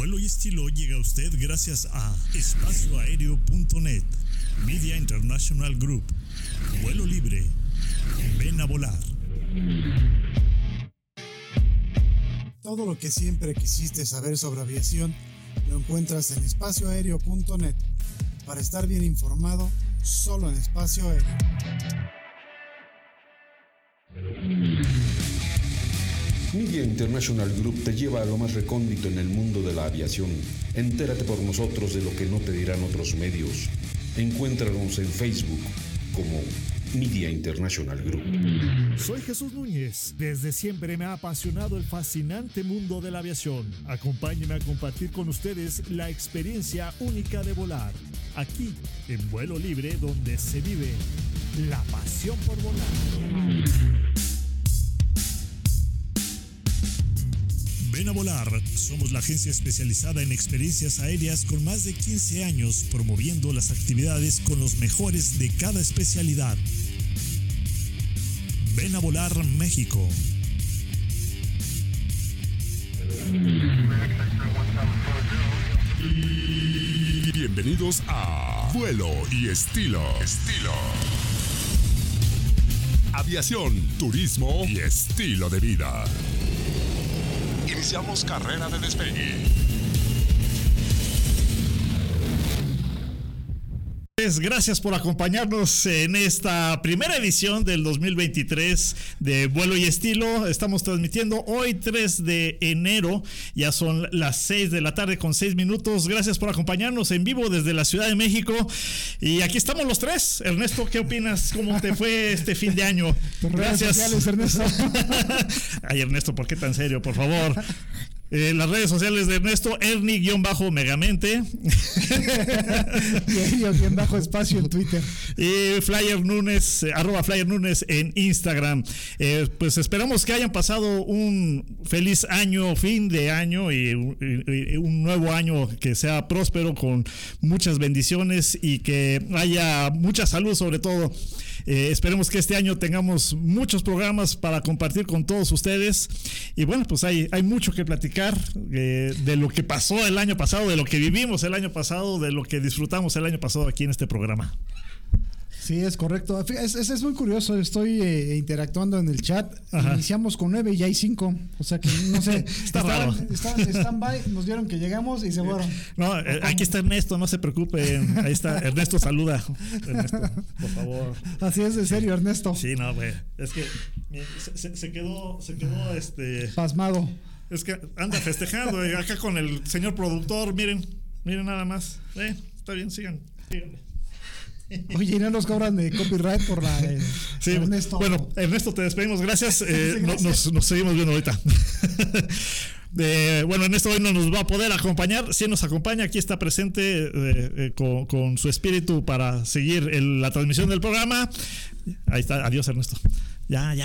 Vuelo y Estilo llega a usted gracias a espacioaéreo.net, Media International Group, Vuelo Libre, Ven a Volar. Todo lo que siempre quisiste saber sobre aviación lo encuentras en espacioaéreo.net. Para estar bien informado, solo en Espacio Aéreo. Media International Group te lleva a lo más recóndito en el mundo de la aviación. Entérate por nosotros de lo que no te dirán otros medios. Encuéntranos en Facebook como Media International Group. Soy Jesús Núñez. Desde siempre me ha apasionado el fascinante mundo de la aviación. Acompáñenme a compartir con ustedes la experiencia única de volar. Aquí, en Vuelo Libre, donde se vive la pasión por volar. Ven a Volar. Somos la agencia especializada en experiencias aéreas con más de 15 años promoviendo las actividades con los mejores de cada especialidad. Ven a Volar México. Bienvenidos a Vuelo y Estilo. Aviación, turismo y estilo de vida. Iniciamos carrera de despegue. Gracias por acompañarnos en esta primera edición del 2023 de Vuelo y Estilo. Estamos transmitiendo hoy 3 de enero, ya son las 6 de la tarde con 6 minutos. Gracias por acompañarnos en vivo desde la Ciudad de México. Y aquí estamos los tres. Ernesto, ¿qué opinas? ¿Cómo te fue este fin de año? Gracias, Ernesto. Ay, Ernesto, ¿por qué tan serio? Por favor. Las redes sociales de Ernesto, Ernie-Megamente. Y espacio en Twitter. Y Flyer Núñez, @Flyer Núñez en Instagram. Pues esperamos que hayan pasado un feliz año, fin de año y un nuevo año que sea próspero con muchas bendiciones y que haya mucha salud sobre todo. Esperemos que este año tengamos muchos programas para compartir con todos ustedes. Y bueno, pues hay mucho que platicar de lo que pasó el año pasado, de lo que vivimos el año pasado, de lo que disfrutamos el año pasado aquí en este programa. Sí, es correcto. Es muy curioso. Estoy interactuando en el chat. Ajá. Iniciamos con 9 y hay 5. O sea que no sé. Raro. Estaban en stand-by, nos vieron que llegamos y se fueron. No, aquí está Ernesto, no se preocupen. Ahí está. Ernesto, saluda. Ernesto, por favor. Así es, de serio, Ernesto. Sí, no, güey. Es que se quedó pasmado. Es que anda festejando acá con el señor productor. Miren nada más. Está bien, síganle. Oye, ¿y no nos cobran de copyright por la sí, Ernesto? Bueno, Ernesto, te despedimos. Gracias. Gracias. Nos seguimos viendo ahorita. Bueno, Ernesto hoy no nos va a poder acompañar. Sí nos acompaña, aquí está presente con su espíritu para seguir la transmisión del programa. Ahí está. Adiós, Ernesto. Ya.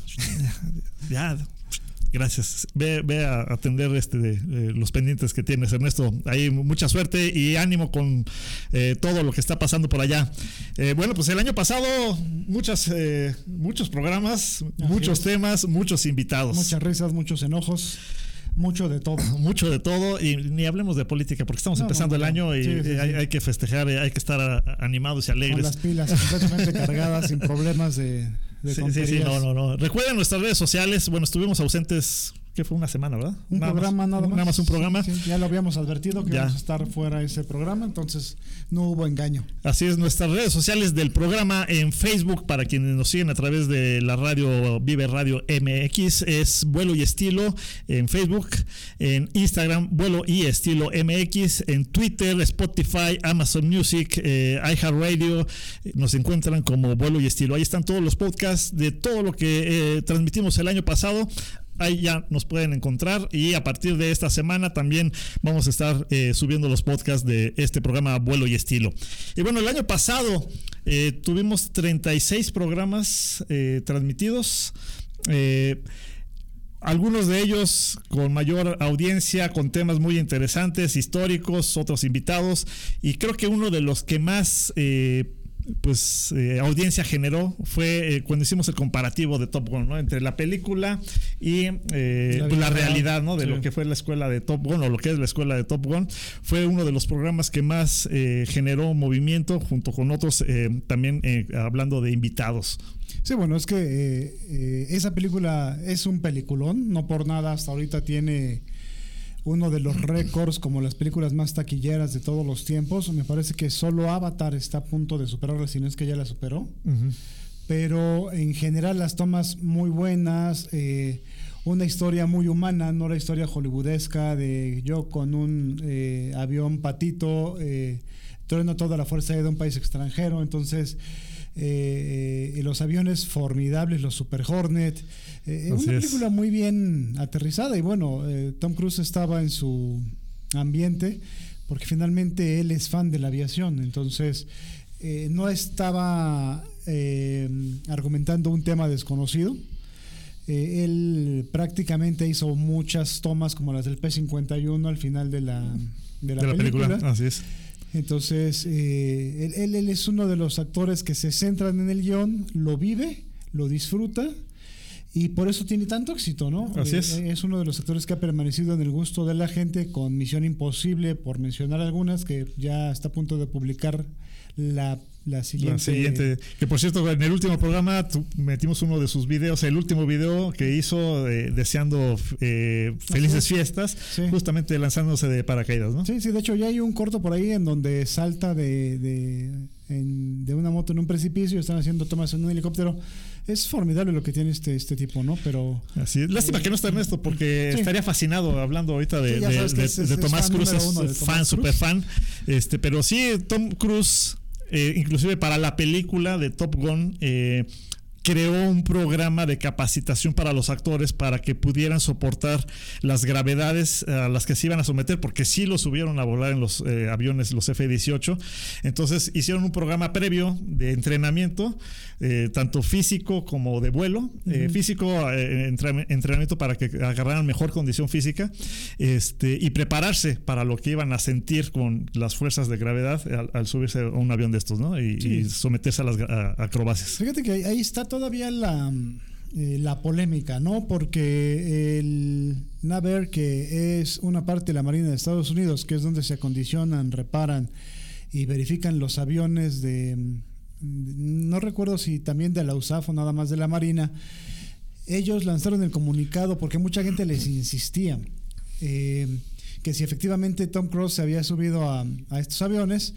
Gracias. Ve a atender los pendientes que tienes, Ernesto. Ahí mucha suerte y ánimo con todo lo que está pasando por allá. Bueno, pues el año pasado muchos programas, muchos temas, muchos invitados. Muchas risas, muchos enojos. Mucho de todo. Mucho de todo, y ni hablemos de política porque estamos empezando el año y sí. Hay que festejar, hay que estar animados y alegres. Con las pilas completamente cargadas, sin problemas de tonterías. Sí, no. Recuerden nuestras redes sociales. Bueno, estuvimos ausentes, ¿qué fue? Una semana, ¿verdad? Nada más un programa. Sí, ya lo habíamos advertido que íbamos a estar fuera de ese programa, entonces no hubo engaño. Así es, nuestras redes sociales del programa en Facebook, para quienes nos siguen a través de la radio Vive Radio MX, es Vuelo y Estilo en Facebook, en Instagram Vuelo y Estilo MX, en Twitter, Spotify, Amazon Music, iHeartRadio, nos encuentran como Vuelo y Estilo. Ahí están todos los podcasts de todo lo que transmitimos el año pasado. Ahí ya nos pueden encontrar, y a partir de esta semana también vamos a estar subiendo los podcasts de este programa Vuelo y Estilo. Y bueno, el año pasado tuvimos 36 programas transmitidos, algunos de ellos con mayor audiencia, con temas muy interesantes, históricos, otros invitados, y creo que uno de los que más audiencia generó fue cuando hicimos el comparativo de Top Gun, ¿no? Entre la película y la realidad, ¿no? De lo que fue la escuela de Top Gun o lo que es la escuela de Top Gun. Fue uno de los programas que más generó movimiento junto con otros también hablando de invitados. Sí, bueno, es que esa película es un peliculón, no por nada hasta ahorita tiene uno de los récords como las películas más taquilleras de todos los tiempos. Me parece que solo Avatar está a punto de superarla, si no es que ya la superó. Uh-huh. Pero en general las tomas muy buenas, una historia muy humana, no la historia hollywoodesca de yo con un avión patito, trueno toda la fuerza de un país extranjero. Entonces los aviones formidables, los Super Hornet, una película muy bien aterrizada. Y bueno, Tom Cruise estaba en su ambiente porque finalmente él es fan de la aviación, entonces no estaba argumentando un tema desconocido. Él prácticamente hizo muchas tomas como las del P-51 al final de la película. Así es. Entonces, él es uno de los actores que se centran en el guión, lo vive, lo disfruta y por eso tiene tanto éxito, ¿no? Así es. Es uno de los actores que ha permanecido en el gusto de la gente con Misión Imposible, por mencionar algunas, que ya está a punto de publicar la siguiente. Que por cierto, en el último programa metimos uno de sus videos, el último video que hizo deseando felices fiestas, justamente lanzándose de paracaídas, ¿no? Sí, de hecho ya hay un corto por ahí en donde salta de una moto en un precipicio y están haciendo tomas en un helicóptero. Es formidable lo que tiene este tipo, ¿no? Pero así es. Lástima que no está Ernesto, porque estaría fascinado hablando ahorita de Tomás Cruise, es fan, super fan. Pero sí, Tom Cruise, inclusive para la película de Top Gun, creó un programa de capacitación para los actores para que pudieran soportar las gravedades a las que se iban a someter, porque sí los subieron a volar en los aviones, los F-18. Entonces hicieron un programa previo de entrenamiento, tanto físico como de vuelo. Físico, entrenamiento para que agarraran mejor condición física, y prepararse para lo que iban a sentir con las fuerzas de gravedad al subirse a un avión de estos, ¿no? Y someterse a las acrobacias. Fíjate que ahí está todavía la polémica, ¿no? Porque el NAVAIR, que es una parte de la Marina de Estados Unidos, que es donde se acondicionan, reparan y verifican los aviones no recuerdo si también de la USAF o nada más de la Marina, ellos lanzaron el comunicado porque mucha gente les insistía que si efectivamente Tom Cruise se había subido a estos aviones,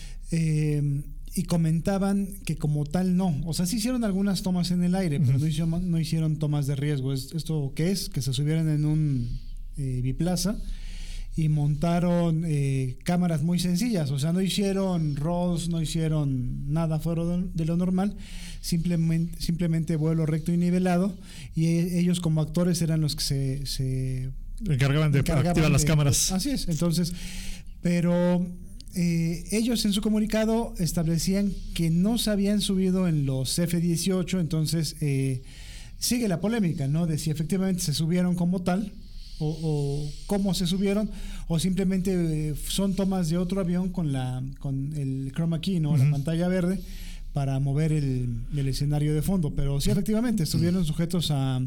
y comentaban que como tal no, o sea, sí hicieron algunas tomas en el aire, pero no hicieron tomas de riesgo. ¿Esto qué es? Que se subieran en un biplaza y montaron cámaras muy sencillas, o sea, no hicieron rolls, no hicieron nada fuera de lo normal, simplemente vuelo recto y nivelado, y ellos como actores eran los que se encargaban de activar las cámaras. Así es, entonces, pero ellos en su comunicado establecían que no se habían subido en los F-18, entonces sigue la polémica, ¿no? De si efectivamente se subieron como tal o cómo se subieron, o simplemente son tomas de otro avión con el chroma key, ¿no? La pantalla verde para mover el escenario de fondo, pero sí, efectivamente estuvieron sujetos a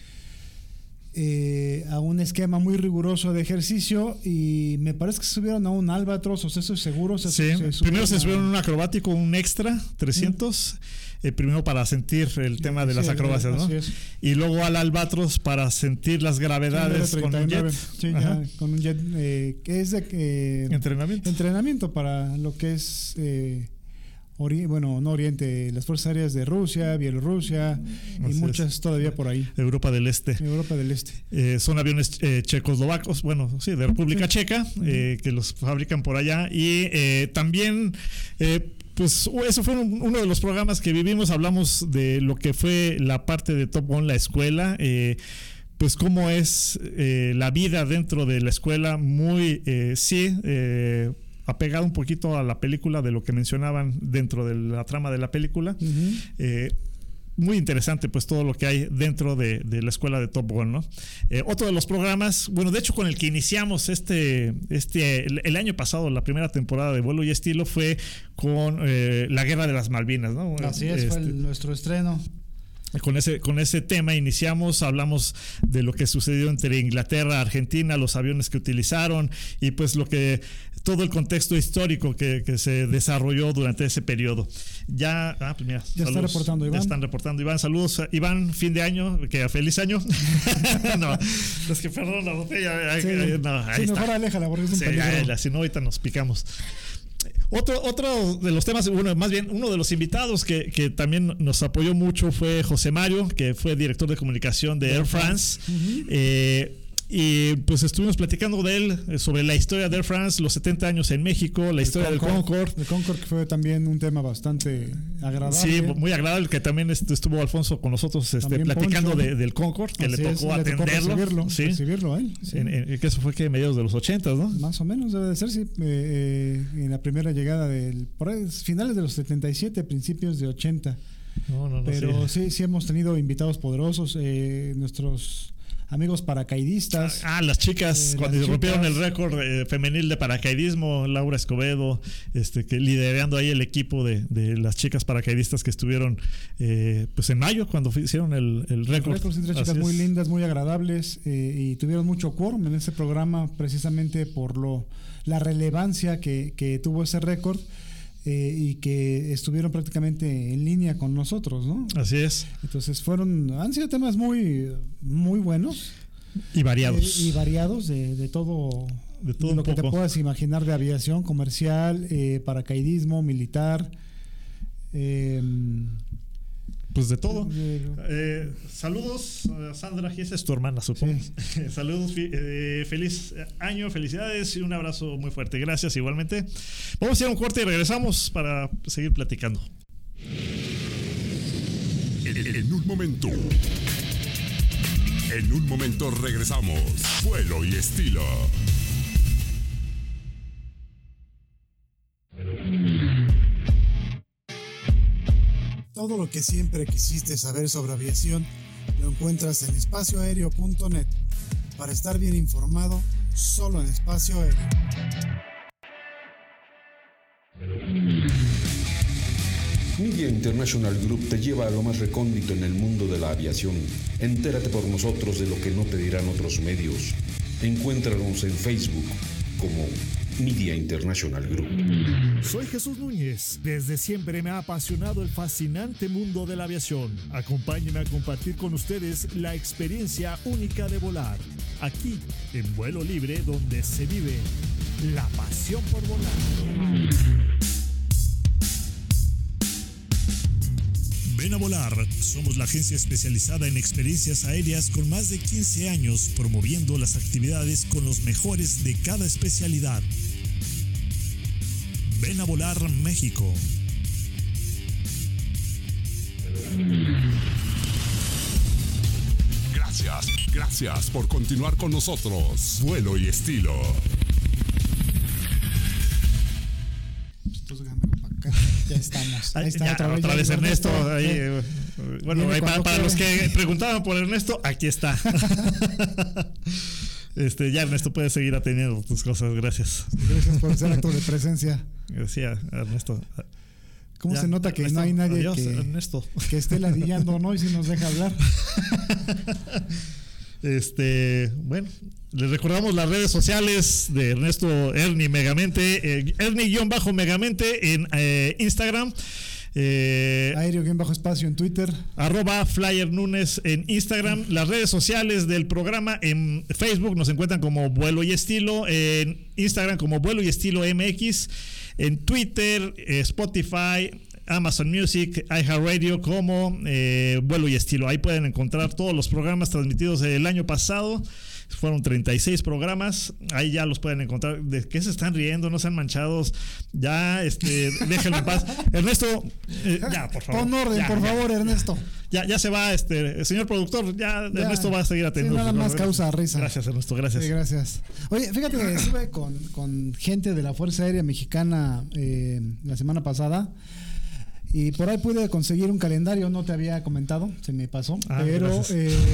un esquema muy riguroso de ejercicio, y me parece que se subieron a un Albatros, o sea, eso es seguro. Primero se subieron a un acrobático, un extra 300, primero para sentir el tema de las acrobacias, ¿no? Y luego al Albatros para sentir las gravedades con un jet. Con un jet que es de entrenamiento para lo que es no Oriente, las fuerzas aéreas de Rusia, Bielorrusia y muchas todavía por ahí. Europa del Este. Son aviones checoslovacos, de República Checa, que los fabrican por allá. Y también, pues eso fue uno de los programas que vivimos. Hablamos de lo que fue la parte de Top Gun, la escuela. Pues cómo es la vida dentro de la escuela, muy apegado un poquito a la película, de lo que mencionaban dentro de la trama de la película. muy interesante pues todo lo que hay dentro de la escuela de Top Gun, ¿no? Otro de los programas, bueno, de hecho con el que iniciamos el año pasado, la primera temporada de Vuelo y Estilo fue con la Guerra de las Malvinas, ¿no? Así es, fue nuestro estreno. Con ese tema iniciamos, hablamos de lo que sucedió entre Inglaterra, Argentina, los aviones que utilizaron y pues todo el contexto histórico que se desarrolló durante ese periodo. Pues mira, ya está reportando Iván. Ya están reportando Iván. Saludos, Iván, fin de año, que feliz año. No, es que perdón la botella. Sí, ahí está. Mejor aléjala porque es un peligro. Si no, ahorita nos picamos. Otro de los temas, bueno, más bien uno de los invitados que también nos apoyó mucho fue José Mario, que fue director de comunicación de Air France. Y pues estuvimos platicando de él, sobre la historia de Air France, los 70 años en México, la historia del Concorde. El Concorde, que fue también un tema bastante agradable. Sí, muy agradable, que también estuvo Alfonso con nosotros platicando Poncho, del Concorde, que le tocó atenderlo. Recibirlo a él. Sí. Que eso fue que mediados de los 80, ¿no? Más o menos debe de ser, sí. En la primera llegada por ahí, finales de los 77, principios de 80. No, pero sí hemos tenido invitados poderosos, nuestros amigos paracaidistas. Las chicas, cuando rompieron el récord femenil de paracaidismo, Laura Escobedo, que liderando ahí el equipo de las chicas paracaidistas que estuvieron pues en mayo, cuando hicieron el récord. Sí, tres chicas muy lindas, muy agradables, y tuvieron mucho quórum en ese programa precisamente por la relevancia que tuvo ese récord. Y que estuvieron prácticamente en línea con nosotros, ¿no? Así es. Entonces han sido temas muy, muy buenos y variados. De todo lo que te puedas imaginar de aviación comercial, paracaidismo, militar. Pues de todo. Saludos, Sandra, esa es tu hermana, supongo. Sí. Saludos, feliz año, felicidades y un abrazo muy fuerte. Gracias, igualmente. Vamos a ir a un corte y regresamos para seguir platicando. En un momento regresamos. Vuelo y Estilo. Todo lo que siempre quisiste saber sobre aviación lo encuentras en espacioaéreo.net. Para estar bien informado, solo en Espacio Aéreo. Media International Group te lleva a lo más recóndito en el mundo de la aviación. Entérate por nosotros de lo que no te dirán otros medios. Encuéntranos en Facebook como Media International Group. Soy Jesús Núñez. Desde siempre me ha apasionado el fascinante mundo de la aviación. Acompáñenme a compartir con ustedes la experiencia única de volar. Aquí, en Vuelo Libre, donde se vive la pasión por volar. Ven a volar. Somos la agencia especializada en experiencias aéreas con más de 15 años promoviendo las actividades con los mejores de cada especialidad. Ven a volar México. Gracias por continuar con nosotros. Vuelo y Estilo. Ya estamos. Ahí está, otra vez Ernesto. Ahí, bueno, para los que preguntaban por Ernesto, aquí está. Ya Ernesto, puedes seguir atendiendo tus cosas. Gracias. Gracias por ese acto de presencia. Decía Ernesto. ¿Cómo se nota que Ernesto, no hay nadie adiós, Ernesto, que esté ladillando, ¿no? Y si nos deja hablar. Bueno, les recordamos las redes sociales de Ernesto Ernie Megamente, Ernie-Megamente en Instagram, Aéreo-espacio en Twitter, @FlyerNunes en Instagram. Las redes sociales del programa en Facebook nos encuentran como Vuelo y Estilo, en Instagram como Vuelo y Estilo MX, en Twitter, Spotify, Amazon Music, iHeartRadio como Vuelo y Estilo. Ahí pueden encontrar todos los programas transmitidos el año pasado. Fueron 36 programas. Ahí ya los pueden encontrar. ¿De qué se están riendo? No sean manchados. Ya, déjenlo en paz. Ernesto, ya, por favor. Pon orden, por favor, Ernesto. Ya se va, señor productor. Ya Ernesto va a seguir atendiendo. Sí, nada más causa risa. Gracias, Ernesto, gracias. Sí, gracias. Oye, fíjate que estuve con gente de la Fuerza Aérea Mexicana la semana pasada. Y por ahí pude conseguir un calendario, no te había comentado, se me pasó, pero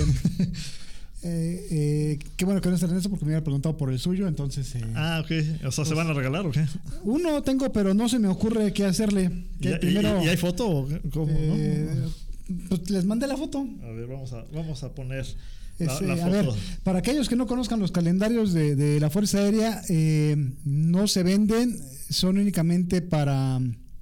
qué bueno que no está en eso porque me había preguntado por el suyo, entonces... ok, o sea, ¿se van a regalar o qué? Uno tengo, pero no se me ocurre qué hacerle. ¿Y hay foto o cómo? Pues les mandé la foto. A ver, vamos a poner la a foto. ver, para aquellos que no conozcan los calendarios de la Fuerza Aérea, no se venden, son únicamente para...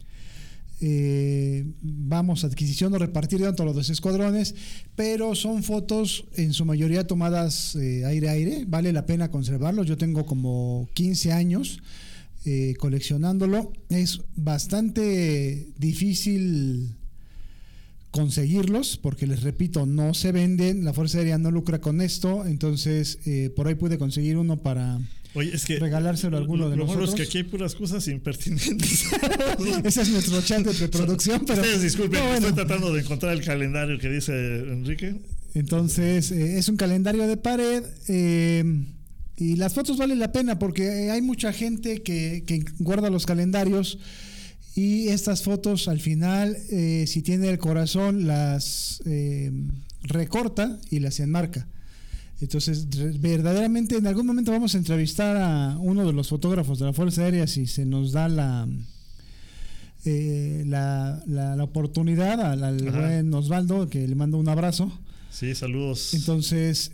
adquisición o repartir dentro de los escuadrones, pero son fotos en su mayoría tomadas aire a aire, vale la pena conservarlos. Yo tengo como 15 años coleccionándolo, es bastante difícil conseguirlos porque, les repito, no se venden, la Fuerza Aérea no lucra con esto, entonces por ahí pude conseguir uno para... Oye, es que regalárselo a alguno de nosotros. Lo malo es que aquí hay puras cosas impertinentes. Ese es nuestro chat de preproducción. Pero ustedes disculpen, no, bueno. Estoy tratando de encontrar el calendario que dice Enrique. Entonces, es un calendario de pared y las fotos valen la pena porque hay mucha gente que guarda los calendarios y estas fotos al final, si tiene el corazón, las recorta y las enmarca. Entonces, verdaderamente en algún momento vamos a entrevistar a uno de los fotógrafos de la Fuerza Aérea si se nos da la oportunidad, al buen Osvaldo, que le mando un abrazo. Sí, saludos. Entonces,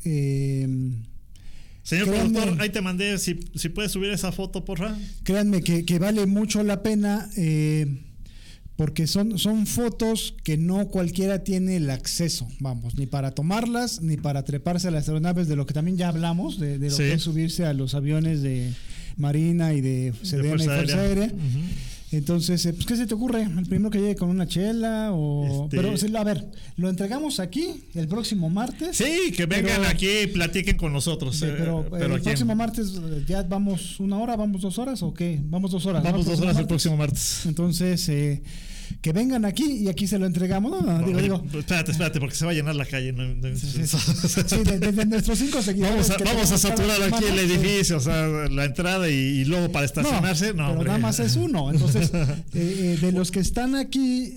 señor productor, ahí te mandé, si puedes subir esa foto, porfa. Créanme que vale mucho la pena, porque son fotos que no cualquiera tiene el acceso, vamos, ni para tomarlas, ni para treparse a las aeronaves, de lo que también ya hablamos, de lo que es subirse a los aviones de Marina y de Sedena y Fuerza Aérea. Entonces, pues, ¿qué se te ocurre? El primero que llegue con una chela o... Pero, a ver, lo entregamos aquí el próximo martes. Sí, que vengan aquí y platiquen con nosotros. Pero el próximo martes, ¿ya vamos 1 hora, vamos 2 horas o qué? Vamos 2 horas. Vamos 2 horas el próximo martes. Entonces, que vengan aquí y aquí se lo entregamos. Digo. Espérate, porque se va a llenar la calle. Sí, de nuestros 5 seguidores. Vamos a saturar aquí el edificio, o sea, la entrada y luego para estacionarse. No, pero nada más es uno. Entonces, de los que están aquí...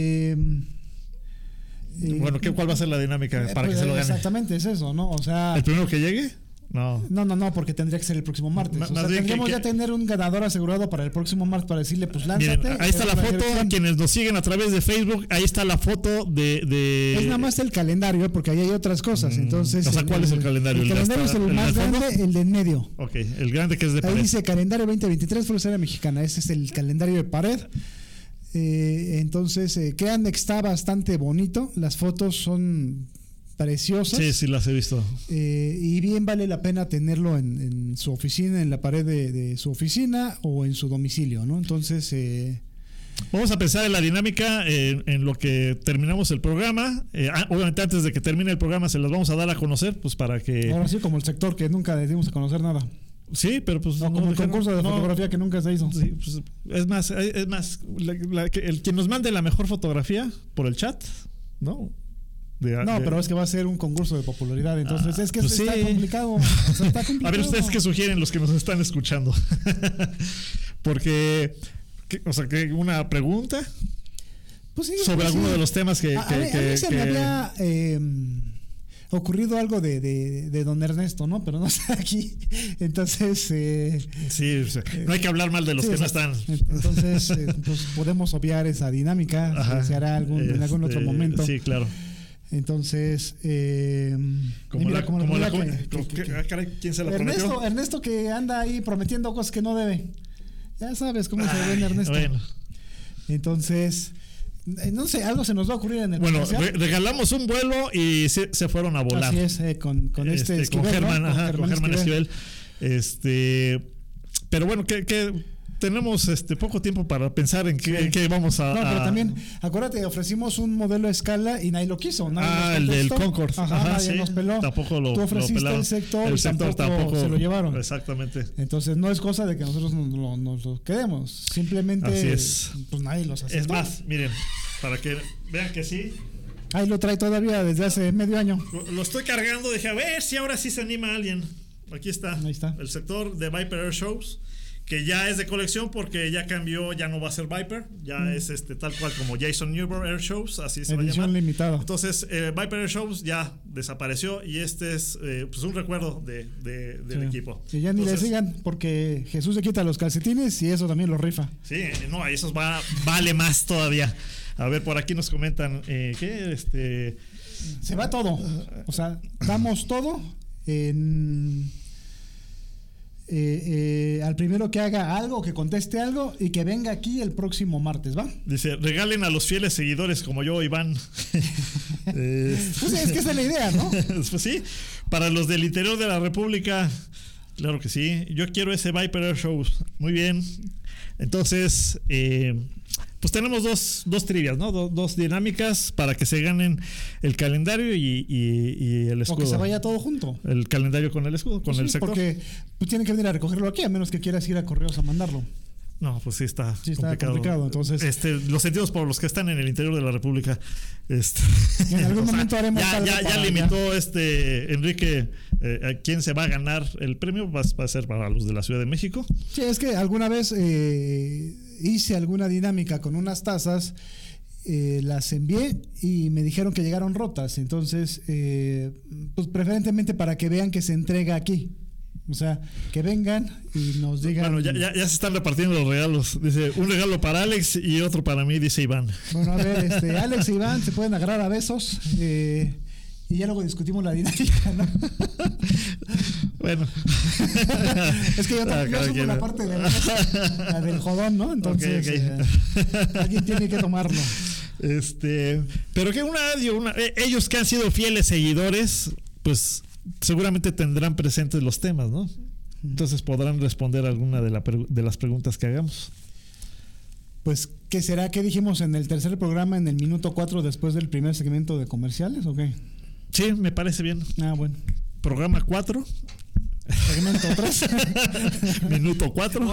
bueno, ¿cuál va a ser la dinámica para que se lo gane? Exactamente, es eso, ¿no? O sea... ¿El primero que llegue? No, porque tendría que ser el próximo martes. O sea, tendríamos ya tener un ganador asegurado para el próximo martes para decirle, pues lánzate. Miren, ahí está la foto, quienes nos siguen a través de Facebook, ahí está la foto de... Es nada más el calendario, porque ahí hay otras cosas. Entonces, o sea, ¿cuál es el calendario? El calendario es el más grande, el de en medio. Ok, el grande que es de pared. Ahí dice calendario 2023 Fuerza Aérea Mexicana. Ese es el calendario de pared. Entonces, créanme que está bastante bonito. Las fotos son... preciosas. Sí, las he visto. Y bien vale la pena tenerlo en su oficina, en la pared de su oficina o en su domicilio, ¿no? Entonces... vamos a pensar en la dinámica en lo que terminamos el programa. Obviamente antes de que termine el programa se las vamos a dar a conocer, pues para que... Ahora sí, como el sector que nunca le dimos a conocer nada. Sí, pero pues... No, como el concurso de fotografía que nunca se hizo. Sí, pues, es más quien nos mande la mejor fotografía por el chat, ¿no? Pero es que va a ser un concurso de popularidad, entonces es que pues está complicado. Está complicado. A ver, ¿ustedes qué sugieren los que nos están escuchando? Porque, que una pregunta pues sí, sobre alguno de los temas que... A mí se me había ocurrido algo de don Ernesto, ¿no? Pero no está aquí. Entonces... sí, no hay que hablar mal de los que no están. Entonces, pues podemos obviar esa dinámica. Ajá, se hará en algún otro momento. Sí, claro. Entonces, ¿quién se la prometió? Ernesto que anda ahí prometiendo cosas que no debe. Ya sabes cómo se ve Ernesto. Bueno. Entonces, no sé, algo se nos va a ocurrir en el regalamos un vuelo y se fueron a volar. Así es, con Esquivel, con Germán, ¿no? con Germán Esquivel. Pero bueno, que tenemos poco tiempo para pensar en qué vamos a... No, pero también, acuérdate, ofrecimos un modelo a escala y nadie lo quiso. El del Concorde. Nadie nos peló. Tampoco Tú ofreciste el sector y tampoco se lo llevaron. Exactamente. Entonces no es cosa de que nosotros nos lo quedemos. Simplemente, así es. Pues nadie los aceptó. Es más, miren, para que vean que sí. Ahí lo trae todavía desde hace medio año. Lo estoy cargando, dije, a ver si ahora sí se anima alguien. Aquí está. Ahí está. El sector de Viper Air Shows, que ya es de colección porque ya cambió, ya no va a ser Viper, ya es tal cual como Jason Newber Air Shows, así se va a llamar. Edición limitada. Entonces, Viper Air Shows ya desapareció y este es pues un recuerdo del equipo. Y ya ni le sigan porque Jesús se quita los calcetines y eso también lo rifa. Sí, no, eso vale más todavía. A ver, por aquí nos comentan que se va todo. O sea, damos todo al primero que haga algo, que conteste algo y que venga aquí el próximo martes, ¿va? Dice, regalen a los fieles seguidores como yo, Iván. Pues es que esa es la idea, ¿no? Pues sí, para los del interior de la República, claro que sí. Yo quiero ese Viper Air Shows. Muy bien. Entonces, pues tenemos dos trivias, ¿no? Dos dinámicas para que se ganen el calendario y el escudo. O que se vaya todo junto. El calendario con el escudo, con el sector. Porque pues, tienen que venir a recogerlo aquí, a menos que quieras ir a correos a mandarlo. No, pues sí está complicado. Entonces, los sentidos por los que están en el interior de la República. En algún momento haremos ya limitó Enrique a quién se va a ganar el premio. Va a ser para los de la Ciudad de México. Sí, es que alguna vez hice alguna dinámica con unas tazas, las envié y me dijeron que llegaron rotas. Entonces, pues preferentemente para que vean que se entrega aquí. O sea, que vengan y nos digan. Bueno, ya se están repartiendo los regalos. Dice, un regalo para Alex y otro para mí, dice Iván. Bueno, a ver, Alex e Iván se pueden agarrar a besos. Y ya luego discutimos la dinámica, ¿no? Bueno. Es que yo asumo la parte de la del jodón, ¿no? Entonces, alguien tiene que tomarlo. Pero que ellos que han sido fieles seguidores, pues seguramente tendrán presentes los temas, ¿no? Entonces podrán responder alguna de las preguntas que hagamos. Pues, ¿qué será? ¿Qué dijimos en el tercer programa, en el minuto 4 después del primer segmento de comerciales o qué? Sí, me parece bien. Bueno. Programa 4. Segmento 3. Minuto 4.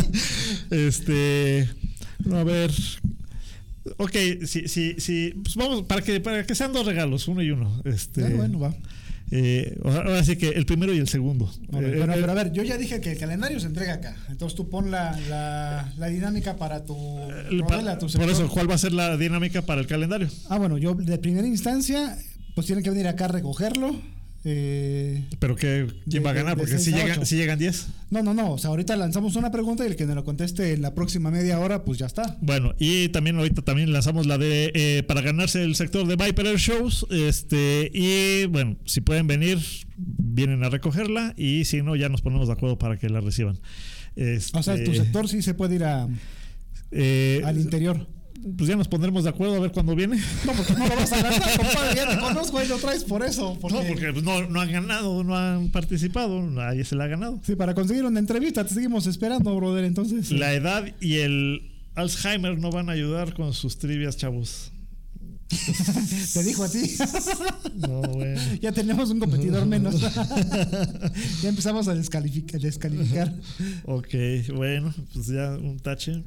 A ver. Ok, sí. Pues vamos, para que sean dos regalos, uno y uno. Bueno, va. Ahora sí que el primero y el segundo. Pero a ver, yo ya dije que el calendario se entrega acá. Entonces tú pon la dinámica para tu por eso, ¿cuál va a ser la dinámica para el calendario? Bueno, yo de primera instancia, pues tienen que venir acá a recogerlo. ¿Pero quién va a ganar? Porque si llegan 10. No. O sea, ahorita lanzamos una pregunta y el que nos lo conteste en la próxima media hora, pues ya está. Bueno, y también ahorita lanzamos la de para ganarse el sector de Viper Air Shows. Y bueno, si pueden venir, vienen a recogerla. Y si no, ya nos ponemos de acuerdo para que la reciban. O sea, tu sector sí se puede ir al interior. Pues ya nos pondremos de acuerdo a ver cuándo viene. No, porque no lo vas a ganar, compadre. Ya te conozco y lo traes por eso. No, porque no han ganado, no han participado, nadie se la ha ganado. Sí, para conseguir una entrevista te seguimos esperando, brother. Entonces. La edad y el Alzheimer no van a ayudar con sus trivias, chavos. Te dijo a ti. No, bueno. Ya tenemos un competidor menos. Ya empezamos a descalificar. Ok, bueno, pues ya un tache.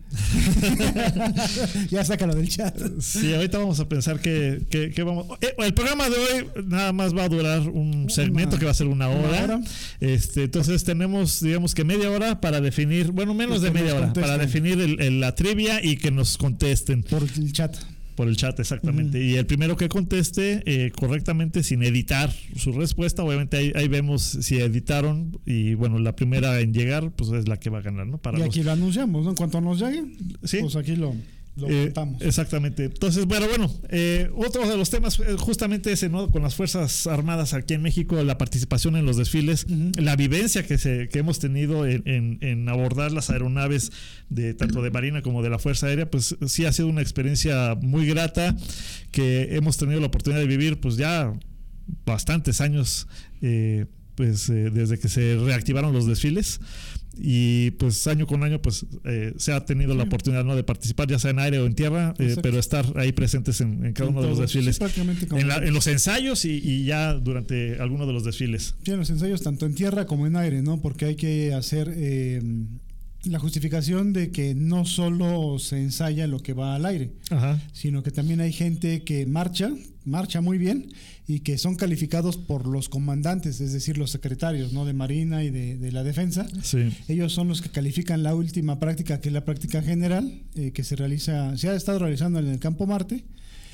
Ya sácalo del chat. Sí, ahorita vamos a pensar que vamos. El programa de hoy nada más va a durar un segmento que va a ser una hora. Entonces tenemos, digamos que media hora para definir, bueno, menos de media hora, para definir la trivia y que nos contesten. Por el chat. Por el chat, exactamente. Y el primero que conteste correctamente, sin editar su respuesta, obviamente ahí vemos si editaron. Y bueno, la primera en llegar, pues es la que va a ganar, ¿no? Y aquí lo anunciamos, ¿no? En cuanto nos llegue, ¿sí? Pues aquí lo contamos. Exactamente. Entonces, bueno, otro de los temas, justamente ese, ¿no? Con las Fuerzas Armadas aquí en México, la participación en los desfiles, la vivencia que hemos tenido en abordar las aeronaves tanto de Marina como de la Fuerza Aérea, pues sí ha sido una experiencia muy grata que hemos tenido la oportunidad de vivir, pues ya bastantes años, desde que se reactivaron los desfiles. Y pues año con año pues se ha tenido la oportunidad, ¿no? De participar ya sea en aire o en tierra, pero estar ahí presentes en cada uno de los desfiles, en los ensayos y ya durante alguno de los desfiles. Sí, en los ensayos tanto en tierra como en aire, ¿no? Porque hay que hacer la justificación de que no solo se ensaya lo que va al aire, Ajá. sino que también hay gente que marcha muy bien y que son calificados por los comandantes, es decir, los secretarios, ¿no?, de Marina y de la Defensa. Sí. Ellos son los que califican la última práctica, que es la práctica general, que se ha estado realizando en el Campo Marte.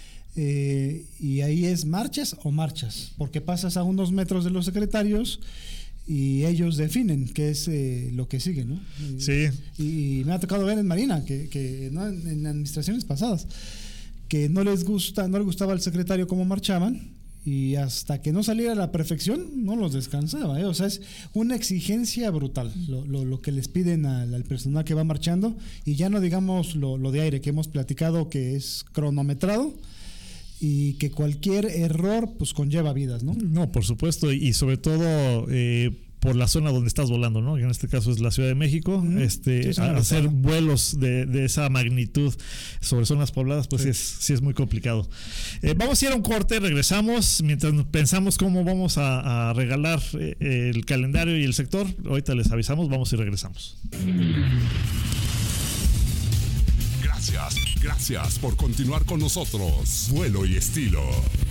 Y ahí es marchas o marchas, porque pasas a unos metros de los secretarios y ellos definen qué es lo que sigue, ¿no? Sí. Y me ha tocado ver en Marina que ¿no?, en administraciones pasadas, que no le gustaba al secretario cómo marchaban, y hasta que no saliera a la perfección no los descansaba, ¿eh? O sea, es una exigencia brutal lo que les piden al personal que va marchando, y ya no digamos lo de aire que hemos platicado, que es cronometrado y que cualquier error pues conlleva vidas, ¿no? No, por supuesto, y sobre todo por la zona donde estás volando, ¿no? Que en este caso es la Ciudad de México. Sí, hacer vuelos de esa magnitud sobre zonas pobladas, pues sí es muy complicado. Vamos a ir a un corte, regresamos mientras pensamos cómo vamos a regalar el calendario y el sector. Ahorita les avisamos, vamos y regresamos. Gracias por continuar con nosotros. Vuelo y estilo.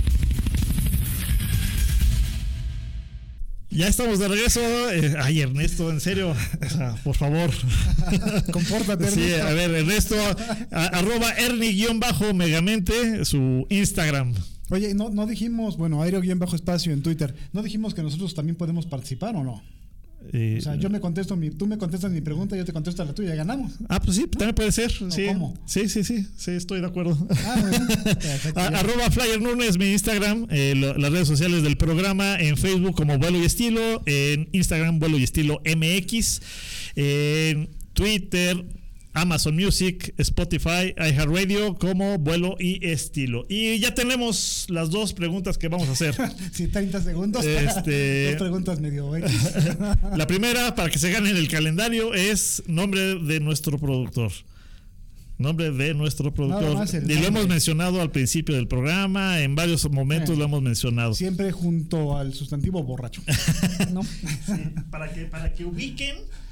Ya estamos de regreso. Ay, Ernesto, en serio, por favor. Compórtate, Ernesto. Sí, a ver, Ernesto, @Ernie_Megamente, su Instagram. Oye, no dijimos, bueno, aéreo_espacio en Twitter, ¿no dijimos que nosotros también podemos participar o no? O sea, tú me contestas mi pregunta, yo te contesto la tuya, ganamos. Ah, pues sí, también puede ser. Sí. ¿Cómo? Sí, estoy de acuerdo. Bueno, perfecto, @FlyerNunes, mi Instagram, las redes sociales del programa, en Facebook como Vuelo y Estilo, en Instagram Vuelo y Estilo MX, en Twitter, Amazon Music, Spotify, iHeartRadio como Vuelo y Estilo. Y ya tenemos las dos preguntas que vamos a hacer. Sí, 30 segundos. Dos preguntas medio X. La primera, para que se ganen el calendario, es nombre de nuestro productor. Nombre de nuestro productor. Y lo hemos mencionado al principio del programa, en varios momentos lo hemos mencionado. Siempre junto al sustantivo borracho, ¿no? Sí, para que ubiquen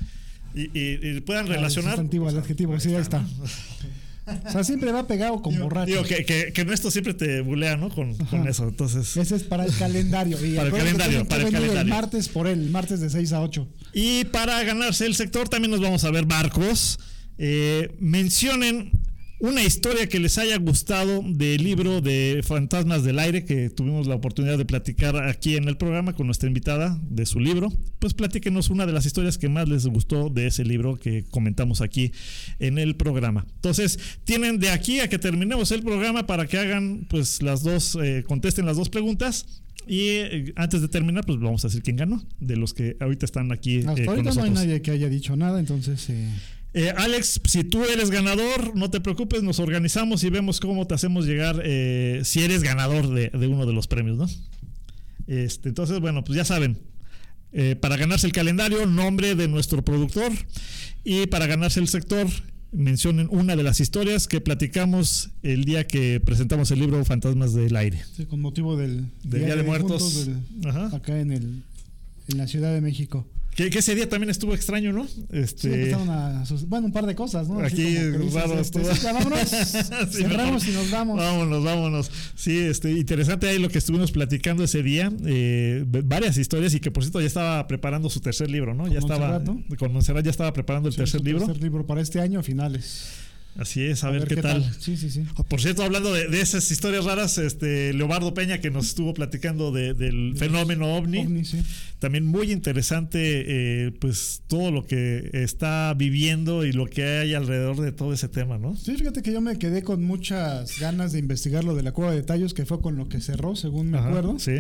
y puedan relacionar. El sustantivo al adjetivo, sí, ahí está. O sea, siempre va pegado con borracho. Digo que esto siempre te bulea, ¿no? Con eso. Entonces, ese es para el calendario. Y para el calendario. El martes el martes de 6 a 8. Y para ganarse el sector también nos vamos a ver barcos. Mencionen una historia que les haya gustado del libro de Fantasmas del Aire, que tuvimos la oportunidad de platicar aquí en el programa con nuestra invitada de su libro. Pues platíquenos una de las historias que más les gustó de ese libro que comentamos aquí en el programa. Entonces, tienen de aquí a que terminemos el programa para que hagan pues contesten las dos preguntas. Y antes de terminar, pues vamos a decir quién ganó de los que ahorita están aquí. Hasta ahorita con nosotros. No hay nadie que haya dicho nada, entonces... Alex, si tú eres ganador, no te preocupes, nos organizamos y vemos cómo te hacemos llegar si eres ganador de uno de los premios, ¿no? Entonces, bueno, pues ya saben, para ganarse el calendario, nombre de nuestro productor, y para ganarse el sector, mencionen una de las historias que platicamos el día que presentamos el libro Fantasmas del Aire. Sí, con motivo del Día de Muertos. Acá en la Ciudad de México. Que ese día también estuvo extraño, ¿no? Sí, un par de cosas, ¿no? Aquí vámonos. Sí, cerramos y nos vamos. Vámonos. Sí, interesante ahí lo que estuvimos platicando ese día. Varias historias, y que por cierto ya estaba preparando su tercer libro, ¿no? Con Montserrat ya estaba preparando el tercer libro. Tercer libro para este año, finales. Así es, a ver qué tal. Sí. Por cierto, hablando de esas historias raras, Leobardo Peña, que nos estuvo platicando del fenómeno OVNI, sí. También muy interesante, pues todo lo que está viviendo y lo que hay alrededor de todo ese tema, ¿no? Sí, fíjate que yo me quedé con muchas ganas de investigar lo de la Cueva de Tallos, que fue con lo que cerró, según me acuerdo. Sí.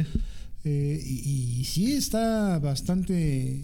Y sí está bastante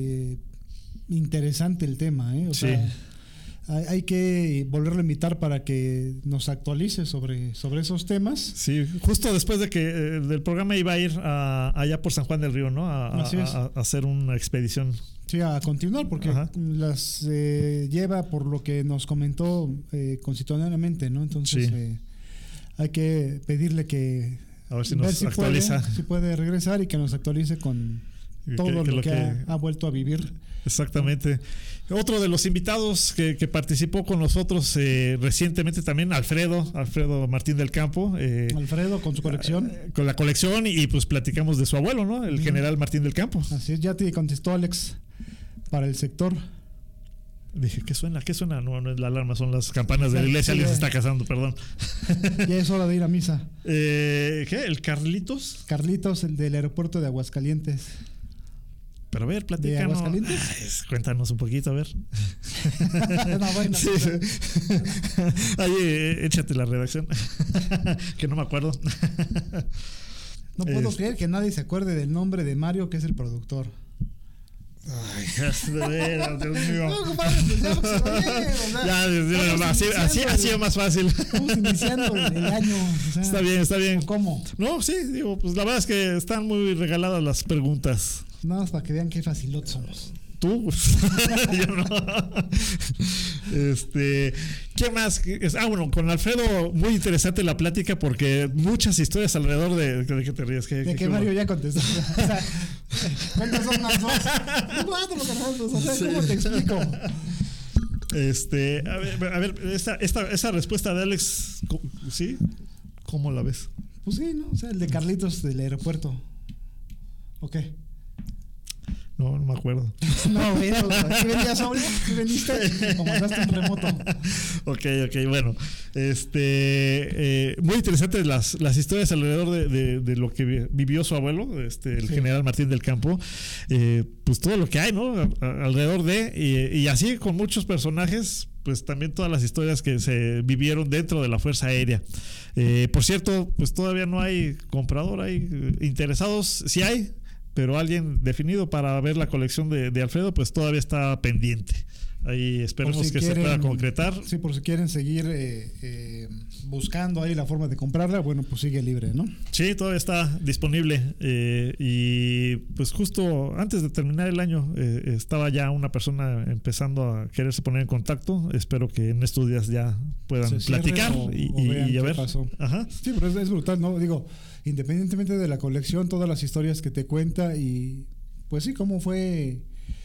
interesante el tema, ¿eh? O sea, hay que volverlo a invitar para que nos actualice sobre esos temas. Sí, justo después de que del programa iba a ir allá por San Juan del Río, ¿no? A hacer una expedición. Sí, a continuar, porque las lleva por lo que nos comentó constitucionalmente, ¿no? Entonces hay que pedirle que a ver si nos actualiza. Si puede regresar y que nos actualice con todo lo que ha vuelto a vivir. Exactamente. Otro de los invitados que participó con nosotros recientemente también, Alfredo Martín del Campo. Alfredo con su colección. Con la colección y pues platicamos de su abuelo, ¿no? El general Martín del Campo. Así es, ya te contestó Alex para el sector. Dije, ¿qué suena? ¿Qué suena? No es la alarma, son las campanas de la iglesia. Alguien se está casando, perdón. Ya es hora de ir a misa. ¿Qué? ¿El Carlitos? Carlitos, el del aeropuerto de Aguascalientes. Pero a ver, platícanos. ¿De Aguascalientes? Cuéntanos un poquito, a ver. No, bueno, sí. Ahí, échate la redacción. Que no me acuerdo. No puedo creer que nadie se acuerde del nombre de Mario, que es el productor. Ay, de veras, Dios mío. No, compadre, pues ya, así es más fácil. Estamos iniciando el año. O sea, está bien. ¿Cómo? No, sí, digo, pues la verdad es que están muy regaladas las preguntas. Nada más para que vean qué facilot somos. Tú, yo no. ¿Qué más? Bueno, con Alfredo, muy interesante la plática porque muchas historias alrededor ¿de qué te ríes? De que Mario ya contestó. O sea, ¿cuántas son las dos? Cuatro, carajos. O sea, ¿cómo te explico? A ver, esa respuesta de Alex, ¿sí? ¿Cómo la ves? Pues sí, ¿no? O sea, el de Carlitos del aeropuerto. ¿O qué? No me acuerdo. No, mira, ¿qué venías ahora? ¿Qué veniste? O mandaste un remoto. Ok, bueno. Muy interesantes las historias alrededor de lo que vivió su abuelo, el general Martín del Campo. Pues todo lo que hay, ¿no? Alrededor y así con muchos personajes, pues también todas las historias que se vivieron dentro de la Fuerza Aérea. Por cierto, pues todavía no hay comprador, hay interesados, sí hay, pero alguien definido para ver la colección de Alfredo, pues todavía está pendiente. Ahí esperemos que se pueda concretar. Sí, por si quieren seguir buscando ahí la forma de comprarla, bueno, pues sigue libre, ¿no? Sí, todavía está disponible. Y pues justo antes de terminar el año estaba ya una persona empezando a quererse poner en contacto. Espero que en estos días ya puedan platicar y a ver. Pasó. Ajá. Sí, pero es brutal, ¿no? Digo, independientemente de la colección, todas las historias que te cuenta y pues sí, cómo fue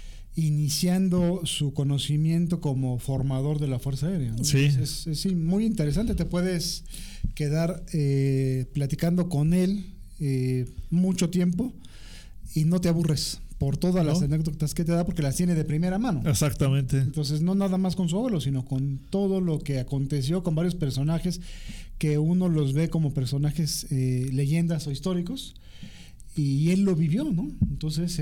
iniciando su conocimiento como formador de la Fuerza Aérea, ¿no? Sí. Es muy interesante. Te puedes quedar platicando con él mucho tiempo y no te aburres por todas las anécdotas que te da, porque las tiene de primera mano. Exactamente. Entonces, no nada más con su abuelo, sino con todo lo que aconteció con varios personajes que uno los ve como personajes leyendas o históricos. Y él lo vivió, ¿no? Entonces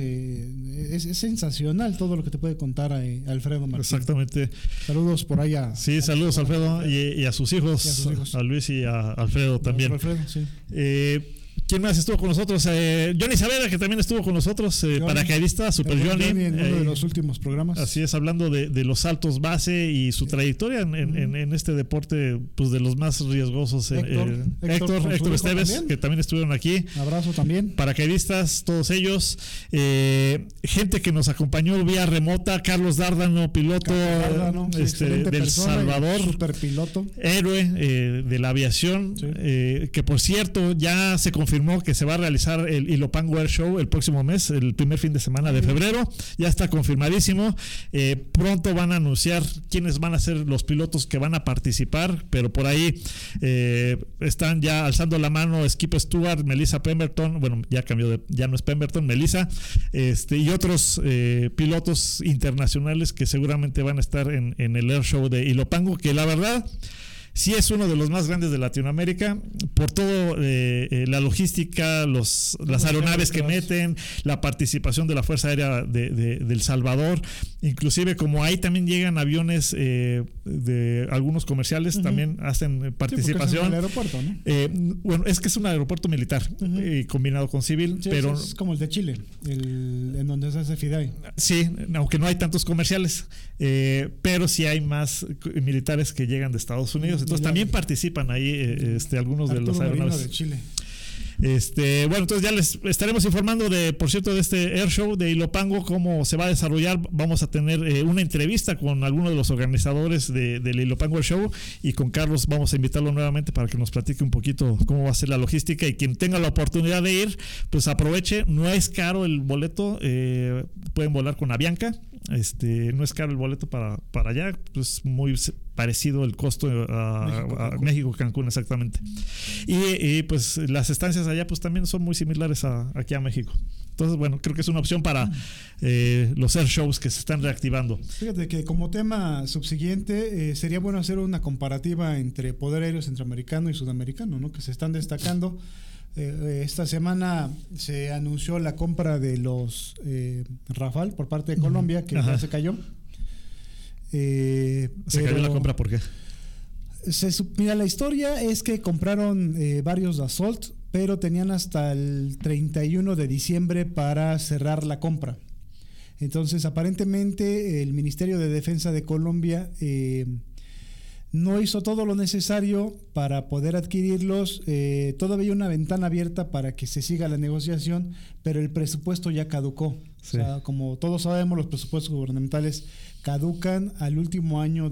es sensacional todo lo que te puede contar Alfredo Martín. Exactamente. Saludos por allá. Sí, saludos Alfredo y a sus hijos, a Luis y a Alfredo también. Alfredo, sí. ¿Quién más estuvo con nosotros? Johnny Saavedra, que también estuvo con nosotros, paracaidista, Super Johnny. En uno de los últimos programas. Así es, hablando de los saltos base y su trayectoria en este deporte, pues de los más riesgosos. Héctor Esteves, también, que también estuvieron aquí. Abrazo también. Paracaidistas, todos ellos. Gente que nos acompañó vía remota, Carlos Dárdano, piloto del Salvador. Super piloto. Héroe de la aviación, sí. Que por cierto ya se confirmó que se va a realizar el Ilopango Air Show el próximo mes, el primer fin de semana de febrero. Ya está confirmadísimo. Pronto van a anunciar quiénes van a ser los pilotos que van a participar, pero por ahí están ya alzando la mano Skip Stewart, Melissa Pemberton, bueno, ya cambió ya no es Pemberton, Melissa, y otros pilotos internacionales que seguramente van a estar en el Air Show de Ilopango, que la verdad sí es uno de los más grandes de Latinoamérica por todo la logística, las aeronaves que meten, la participación de la Fuerza Aérea de Salvador, inclusive como ahí también llegan aviones de algunos comerciales, también hacen participación. Sí, es el aeropuerto, ¿no? Bueno, es que es un aeropuerto militar combinado con civil, sí, pero es como el de Chile, en donde se hace FIDAI. Sí, aunque no hay tantos comerciales, pero sí hay más militares que llegan de Estados Unidos. Entonces también participan ahí algunos de los aeronaves de Chile. Bueno, entonces ya les estaremos informando por cierto, de este Air Show de Ilopango, cómo se va a desarrollar. Vamos a tener una entrevista con alguno de los organizadores del Ilopango Air Show, y con Carlos vamos a invitarlo nuevamente para que nos platique un poquito cómo va a ser la logística, y quien tenga la oportunidad de ir, pues aproveche. No es caro el boleto, pueden volar con Avianca. No es caro el boleto para allá, pues muy parecido el costo a México, Cancún, exactamente. Y pues las estancias allá pues también son muy similares aquí a México. Entonces, bueno, creo que es una opción para los air shows que se están reactivando. Fíjate que como tema subsiguiente sería bueno hacer una comparativa entre poder aéreo centroamericano y sudamericano, ¿no? Que se están destacando. Esta semana se anunció la compra de los Rafale por parte de Colombia, que ya se cayó. ¿Se cayó la compra por qué? Mira, la historia es que compraron varios Dassault, pero tenían hasta el 31 de diciembre para cerrar la compra. Entonces, aparentemente, el Ministerio de Defensa de Colombia no hizo todo lo necesario para poder adquirirlos. Todavía hay una ventana abierta para que se siga la negociación, pero el presupuesto ya caducó. Sí. O sea, como todos sabemos, los presupuestos gubernamentales caducan al último año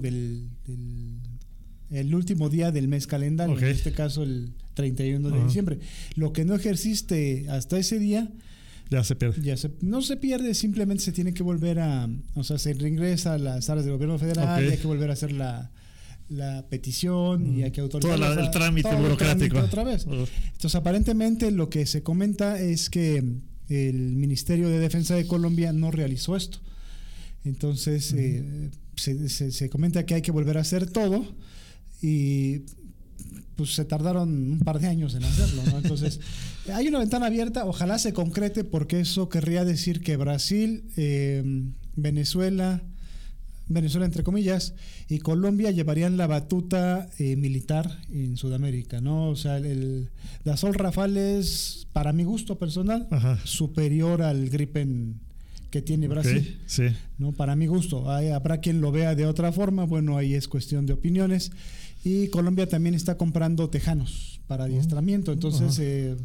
el último día del mes calendario, en este caso el 31 de diciembre. Lo que no ejerciste hasta ese día ya se pierde. No se pierde, simplemente se tiene que volver se regresa a las áreas del gobierno federal, y hay que volver a hacer la petición, y hay que autorizar todo el trámite burocrático otra vez. Entonces, aparentemente lo que se comenta es que el Ministerio de Defensa de Colombia no realizó esto. Entonces se comenta que hay que volver a hacer todo, y pues se tardaron un par de años en hacerlo, ¿no? Entonces hay una ventana abierta, ojalá se concrete, porque eso querría decir que Brasil, Venezuela entre comillas, y Colombia llevarían la batuta militar en Sudamérica, ¿no? O sea, el Dassault Rafale es, para mi gusto personal, superior al Gripen que tiene Brasil, sí. ¿no? Para mi gusto. Habrá quien lo vea de otra forma, bueno, ahí es cuestión de opiniones. Y Colombia también está comprando tejanos para adiestramiento, entonces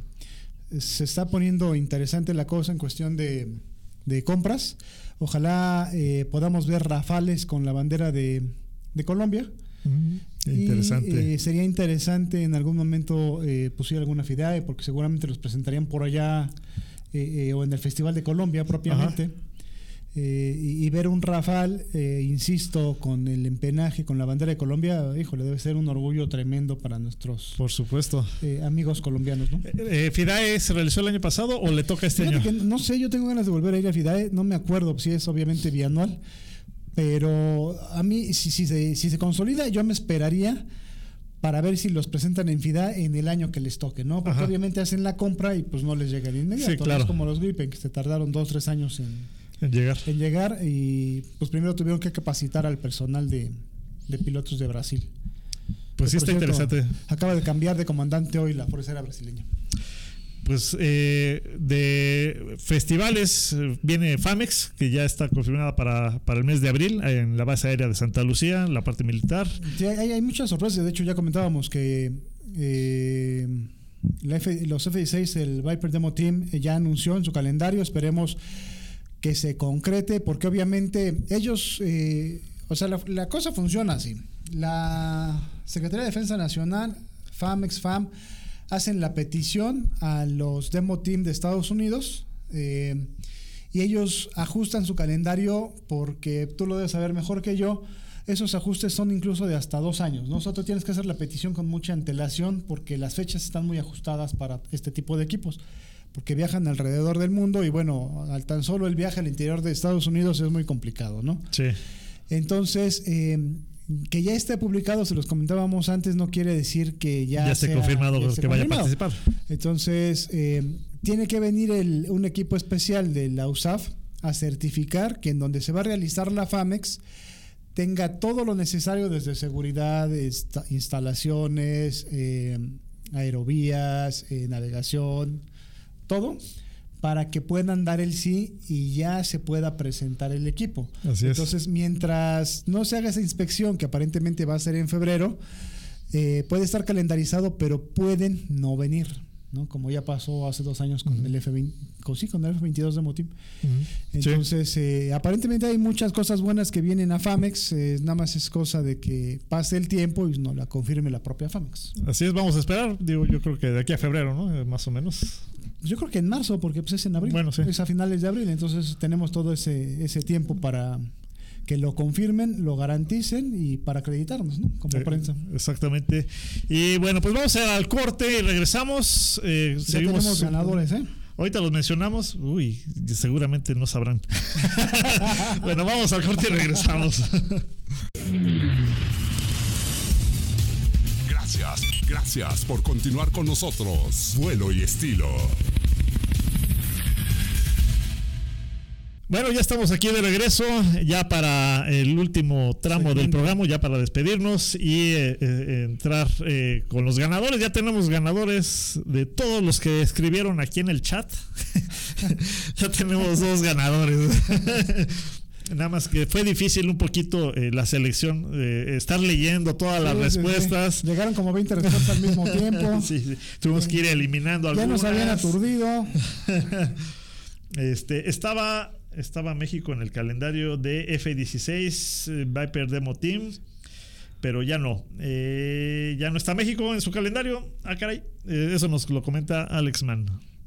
se está poniendo interesante la cosa en cuestión de compras. Ojalá podamos ver Rafales con la bandera de Colombia. Interesante. Y sería interesante en algún momento pusir alguna FIDAE, porque seguramente los presentarían por allá o en el Festival de Colombia propiamente. Y ver un Rafale, insisto, con el empenaje, con la bandera de Colombia, híjole, debe ser un orgullo tremendo para nuestros, por supuesto, amigos colombianos, ¿no? ¿FIDAE se realizó el año pasado o le toca este año? No sé, yo tengo ganas de volver a ir a FIDAE, no me acuerdo si es obviamente bianual, pero a mí, si se consolida, yo me esperaría para ver si los presentan en FIDAE en el año que les toque, ¿no? Porque obviamente hacen la compra y pues no les llega de inmediato. Sí, claro. Es como los Gripen, que se tardaron 2-3 años en llegar, y pues primero tuvieron que capacitar al personal de pilotos de Brasil. Pues sí, está interesante. Acaba de cambiar de comandante hoy la Fuerza Aérea Brasileña. Pues de festivales viene FAMEX, que ya está confirmada para el mes de abril en la base aérea de Santa Lucía, la parte militar. Sí, hay muchas sorpresas. De hecho, ya comentábamos que los F-16, el Viper Demo Team, ya anunció en su calendario. Esperemos que se concrete, porque obviamente ellos, la cosa funciona así. La Secretaría de Defensa Nacional, FAMEX, FAM, hacen la petición a los Demo Team de Estados Unidos, y ellos ajustan su calendario, porque tú lo debes saber mejor que yo, esos ajustes son incluso de hasta 2 años. Nosotros tienes que hacer la petición con mucha antelación, porque las fechas están muy ajustadas para este tipo de equipos, porque viajan alrededor del mundo, y bueno, tan solo el viaje al interior de Estados Unidos es muy complicado, ¿no? Sí. Entonces, que ya esté publicado, se los comentábamos antes, no quiere decir que ya esté confirmado que vaya a participar. Entonces, tiene que venir un equipo especial de la USAF a certificar que en donde se va a realizar la FAMEX tenga todo lo necesario, desde seguridad, instalaciones, aerovías, navegación, todo, para que puedan dar el sí y ya se pueda presentar el equipo. Así es. Entonces, mientras no se haga esa inspección, que aparentemente va a ser en febrero, puede estar calendarizado, pero pueden no venir. ¿no? Como ya pasó hace 2 años con el F20, con el F22 Demo Team. Entonces, aparentemente hay muchas cosas buenas que vienen a Famex, nada más es cosa de que pase el tiempo y no la confirme la propia Famex. Así es, vamos a esperar, digo, yo creo que de aquí a febrero, ¿no? Más o menos. Yo creo que en marzo, porque pues es en abril, bueno, sí. Es a finales de abril, entonces tenemos todo ese tiempo para que lo confirmen, lo garanticen y para acreditarnos, ¿no? Como prensa. Exactamente. Y bueno, pues vamos a ir al corte y regresamos. Ya Seguimos. tenemos ganadores, ¿eh? Ahorita los mencionamos. Uy, seguramente no sabrán. Bueno, vamos al corte y regresamos. Gracias por continuar con nosotros. Vuelo y estilo. Bueno, ya estamos aquí de regreso, ya para el último tramo del programa, ya para despedirnos y entrar con los ganadores. Ya tenemos ganadores de todos los que escribieron aquí en el chat. Ya tenemos 2 ganadores. Nada más que fue difícil un poquito la selección, estar leyendo todas las respuestas. Sí. Llegaron como 20 respuestas al mismo tiempo. Sí. Tuvimos que ir eliminando algunas. Ya nos habían aturdido. Estaba México en el calendario de F-16 Viper Demo Team, pero ya no. Ya no está México en su calendario. Ah, caray. Eso nos lo comenta Alex Mann.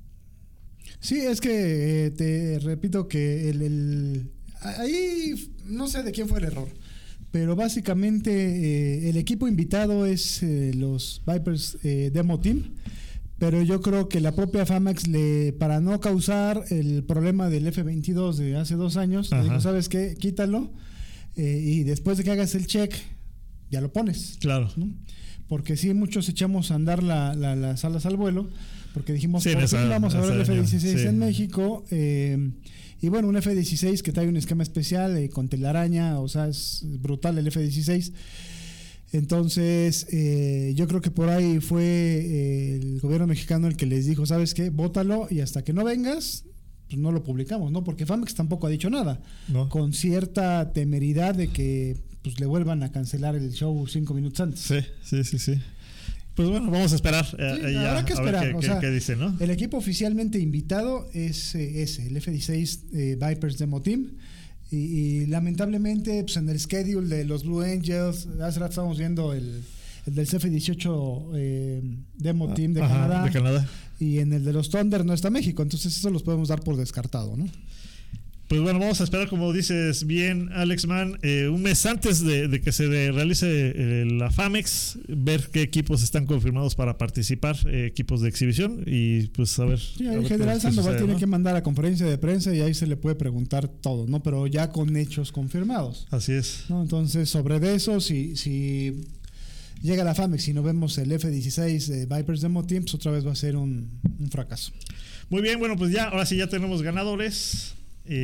Sí, es que te repito que ahí no sé de quién fue el error, pero básicamente el equipo invitado es los Vipers Demo Team. Pero yo creo que la propia Famex, para no causar el problema del F22 de hace 2 años, le dijo, ¿sabes qué? Quítalo y después de que hagas el check, ya lo pones. Claro. ¿No? Porque sí, muchos echamos a andar las alas al vuelo, porque dijimos, por fin vamos a ver el F16 en México. Y bueno, un F16 que trae un esquema especial con telaraña, o sea, es brutal el F16. Entonces, yo creo que por ahí fue el gobierno mexicano el que les dijo, ¿sabes qué? Bótalo y hasta que no vengas, pues no lo publicamos, ¿no? Porque Famex tampoco ha dicho nada. No. Con cierta temeridad de que pues le vuelvan a cancelar el show 5 minutos antes. Sí. Pues bueno, vamos a esperar. Habrá que esperar. A ver qué dice, ¿no? El equipo oficialmente invitado es ese, el F-16 Vipers Demo Team. Y lamentablemente, pues en el schedule de los Blue Angels, hace rato estábamos viendo el del CF-18 Demo Team de Canadá. Y en el de los Thunder no está México, entonces eso los podemos dar por descartado, ¿no? Pues bueno, vamos a esperar, como dices bien, Alex Mann, un mes antes de que se realice la Famex, ver qué equipos están confirmados para participar, equipos de exhibición, y pues a ver. Sí, el general Sandoval tiene que mandar a conferencia de prensa y ahí se le puede preguntar todo, ¿no? Pero ya con hechos confirmados. Así es. ¿No? Entonces, sobre de eso, si llega la Famex y no vemos el F-16 Vipers Demo Team, pues otra vez va a ser un fracaso. Muy bien, bueno, pues ahora sí ya tenemos ganadores.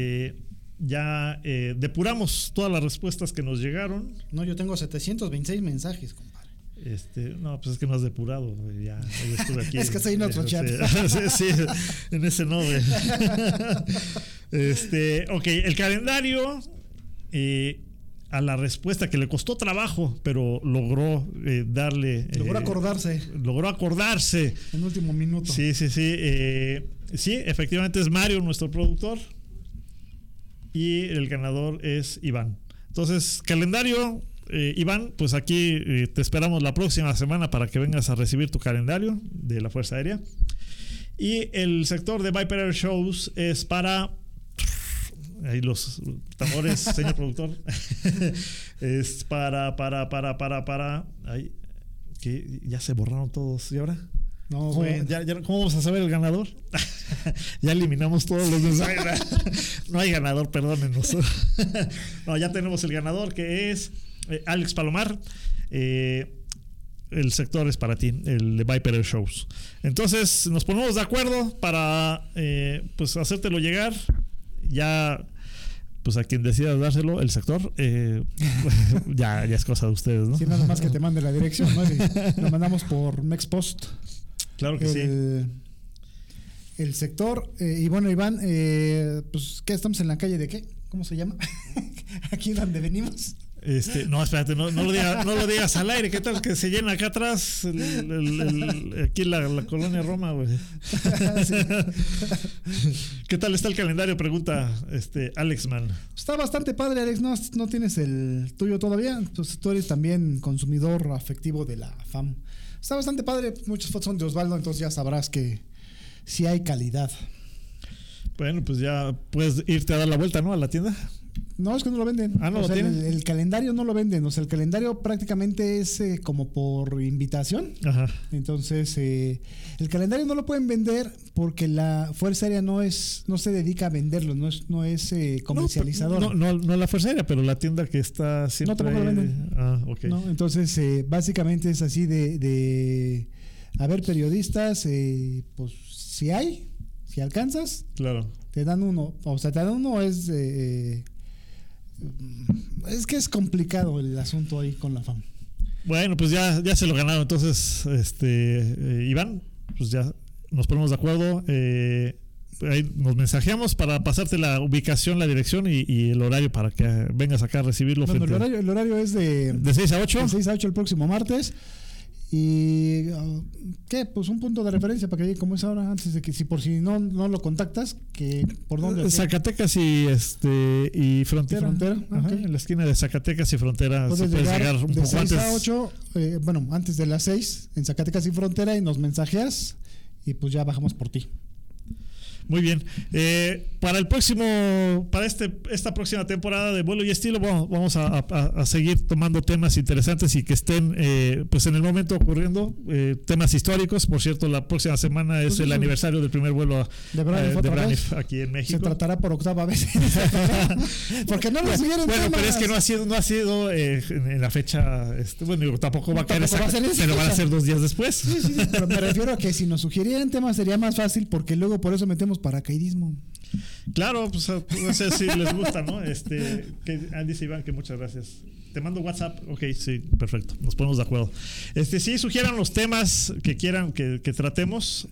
Ya depuramos todas las respuestas que nos llegaron. No, yo tengo 726 mensajes, compadre. No, pues es que no has depurado. Ya estuve aquí. Es que estoy en otro chat. Sí, en ese no. Ok, el calendario, a la respuesta que le costó trabajo, pero logró darle. Logró acordarse. En último minuto. Sí. Sí, efectivamente es Mario, nuestro productor. Y el ganador es Iván. Entonces, calendario, Iván, pues aquí te esperamos la próxima semana para que vengas a recibir tu calendario de la Fuerza Aérea. Y el sector de Viper Air Shows es para... Ahí los tambores, señor productor. Es para... Ahí, que ya se borraron todos. ¿Y ahora? No, ¿Cómo vamos a saber el ganador? Ya eliminamos todos los mensajes. No hay ganador, perdónenos. No, ya tenemos el ganador, que es Alex Palomar. El sector es para ti, el de Viper Air Shows. Entonces nos ponemos de acuerdo para pues hacértelo llegar. Ya, pues a quien decida dárselo, el sector, ya es cosa de ustedes, ¿no? Sí, nada más que te mande la dirección, ¿no? Lo mandamos por Mexpost. Claro que sí. El sector, y bueno, Iván, pues, ¿qué estamos en la calle de qué? ¿Cómo se llama? Aquí donde venimos. No, espérate, no lo digas al aire. ¿Qué tal que se llena acá atrás aquí la colonia Roma, güey? Sí. ¿Qué tal está el calendario? Pregunta Alex Man. Está bastante padre, Alex. ¿No tienes el tuyo todavía? Entonces tú eres también consumidor afectivo de la FAM. Está bastante padre. Muchas fotos son de Osvaldo, entonces ya sabrás que sí hay calidad. Bueno, pues ya puedes irte a dar la vuelta, ¿no? A la tienda. No, es que no lo venden. Ah, ¿no o lo sea, tienen? el calendario no lo venden. O sea, el calendario prácticamente es como por invitación. Ajá. Entonces, el calendario no lo pueden vender porque la Fuerza Aérea no se dedica a venderlo, no es comercializadora. No la Fuerza Aérea, pero la tienda que está siempre... No, tampoco lo venden. Ah, ok. ¿No? Entonces, básicamente es así de haber periodistas, pues si alcanzas, Claro. te dan uno. O sea, te dan uno es que es complicado el asunto ahí con la FAM. Bueno, pues ya se lo ganaron. Entonces, Iván, pues ya nos ponemos de acuerdo. Ahí nos mensajeamos para pasarte la ubicación, la dirección y el horario para que vengas acá a recibirlo. Bueno, el horario es de 6 a 8. De 6 a 8 el próximo martes. Y ¿qué? Pues un punto de referencia para que llegue como es ahora, antes de que si no lo contactas, que por dónde. Zacatecas y Frontera. Ajá, Okay. en la esquina de Zacatecas y Frontera. Puedes llegar un de poco 6 antes. a 8, antes de las 6 en Zacatecas y Frontera, y nos mensajeas y pues ya bajamos por ti. Muy bien. Para esta próxima temporada de Vuelo y Estilo, vamos a seguir tomando temas interesantes y que estén pues en el momento ocurriendo, temas históricos. Por cierto, la próxima semana es el aniversario del primer vuelo de Braniff aquí en México. Se tratará por octava vez. Porque no nos siguieron bueno, temas. pero es que no ha sido en la fecha. Tampoco va a caer pero van a ser 2 días después. Sí, pero me refiero a que si nos sugirieran temas sería más fácil, porque luego por eso metemos paracaidismo. Claro, pues no sé si les gusta, ¿no? Dice Iván que muchas gracias. Te mando WhatsApp. Ok, sí, perfecto. Nos ponemos de acuerdo. Sí, sugieran los temas que quieran que tratemos.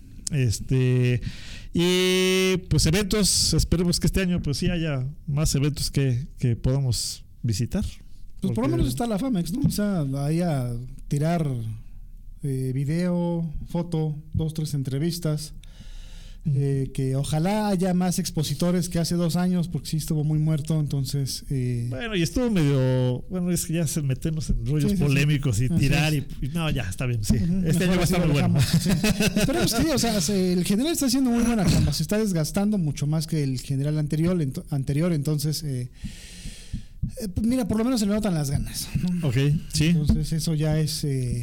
Y pues eventos. Esperemos que este año pues sí haya más eventos que podamos visitar. Pues por lo menos está la FAMEX, ¿no? O sea, ahí a tirar video, foto, 2, 3 entrevistas. Que ojalá haya más expositores que hace 2 años, porque sí estuvo muy muerto. Entonces bueno, y estuvo medio, es que ya se meternos en rollos polémicos y tirar y no, ya está bien, sí. Este año va a estar muy bueno. Sí. Esperemos que sí, o sea, el general está haciendo muy buena chamba, se está desgastando mucho más que el general anterior, entonces mira, por lo menos se le notan las ganas, ¿no? Ok, sí. Entonces eso ya es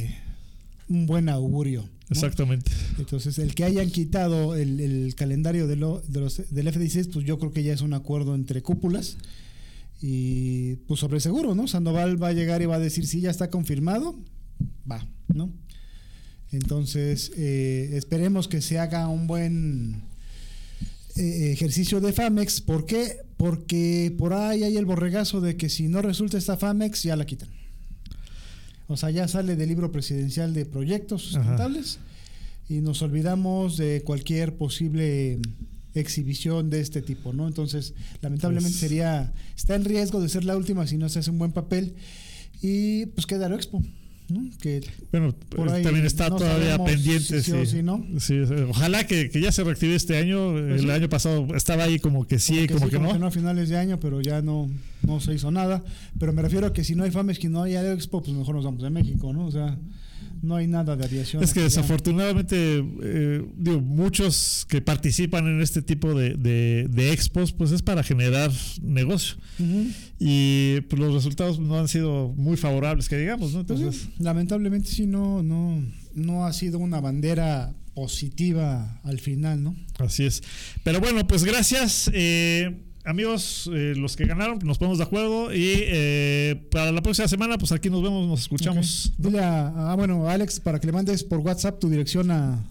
un buen augurio, ¿no? Exactamente. Entonces el que hayan quitado el calendario del F-16, pues yo creo que ya es un acuerdo entre cúpulas y pues sobre seguro, ¿no? Sandoval va a llegar y va a decir si ya está confirmado, va, ¿no? Entonces esperemos que se haga un buen ejercicio de FAMEX. ¿Por qué? Porque por ahí hay el borregazo de que si no resulta esta FAMEX ya la quitan. O sea, ya sale del libro presidencial de proyectos sustentables. Ajá. Y nos olvidamos de cualquier posible exhibición de este tipo, ¿no? Entonces, lamentablemente está en riesgo de ser la última si no se hace un buen papel. Y pues queda Aeroexpo, ¿no? Que bueno, por ahí también está no todavía pendiente. Sí, ¿no? Sí, ojalá que ya se reactive este año. Pues el año pasado estaba ahí como que sí, como que no. A finales de año, pero ya no se hizo nada. Pero me refiero a que si no hay FAMEX, que no hay Aeroexpo, pues mejor nos vamos de México, ¿no? O sea, no hay nada de aviación. Es que desafortunadamente, muchos que participan en este tipo de expos, pues es para generar negocio. Uh-huh. Y pues los resultados no han sido muy favorables, que digamos, ¿no? Entonces, pues sí, lamentablemente sí, no ha sido una bandera positiva al final, ¿no? Así es. Pero bueno, pues gracias. Amigos, los que ganaron, nos ponemos de acuerdo y para la próxima semana, pues aquí nos vemos, nos escuchamos. Okay. Dile a Alex, para que le mandes por WhatsApp tu dirección a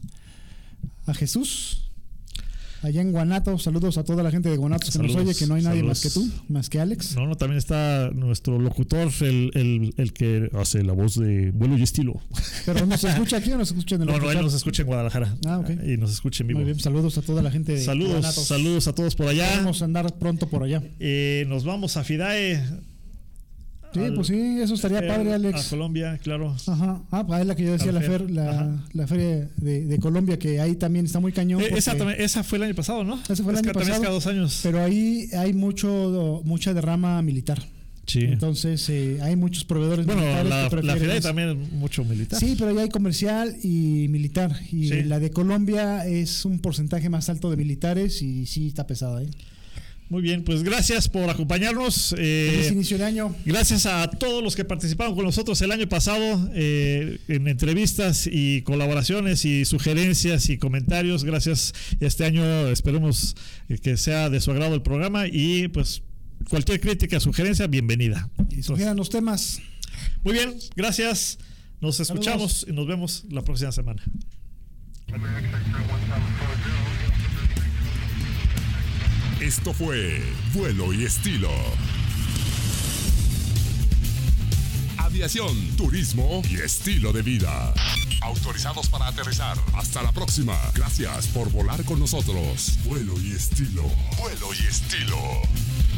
Jesús, allá en Guanatos. Saludos a toda la gente de Guanatos que nos oye, que no hay nadie más que tú, más que Alex. No, también está nuestro locutor, el que hace la voz de Vuelo y Estilo. ¿Pero nos escucha aquí o nos escucha en el No, él nos escucha en Guadalajara. Okay. Y nos escucha en vivo. Muy bien, saludos a toda la gente de Guanatos. Saludos a todos por allá. Vamos a andar pronto por allá. Nos vamos a Fidae. Sí, pues sí, eso estaría padre, Alex. A Colombia, claro. Ajá. Pues es la que yo decía, la feria de Colombia, que ahí también está muy cañón. Esa fue el año pasado, ¿no? Esa fue el año pasado. Cada 2 años. Pero ahí hay mucha derrama militar. Sí. Entonces hay muchos proveedores militares. La FIDAI también es mucho militar. Sí, pero ahí hay comercial y militar. Y sí. La de Colombia es un porcentaje más alto de militares y sí está pesada, ¿eh? Muy bien, pues gracias por acompañarnos. Feliz inicio de año. Gracias a todos los que participaron con nosotros el año pasado en entrevistas y colaboraciones y sugerencias y comentarios. Gracias. Este año esperemos que sea de su agrado el programa y pues cualquier crítica, sugerencia, bienvenida. Y sugieran los temas. Muy bien, gracias. Nos escuchamos y nos vemos la próxima semana. Esto fue Vuelo y Estilo. Aviación, turismo y estilo de vida. Autorizados para aterrizar. Hasta la próxima. Gracias por volar con nosotros. Vuelo y Estilo. Vuelo y Estilo.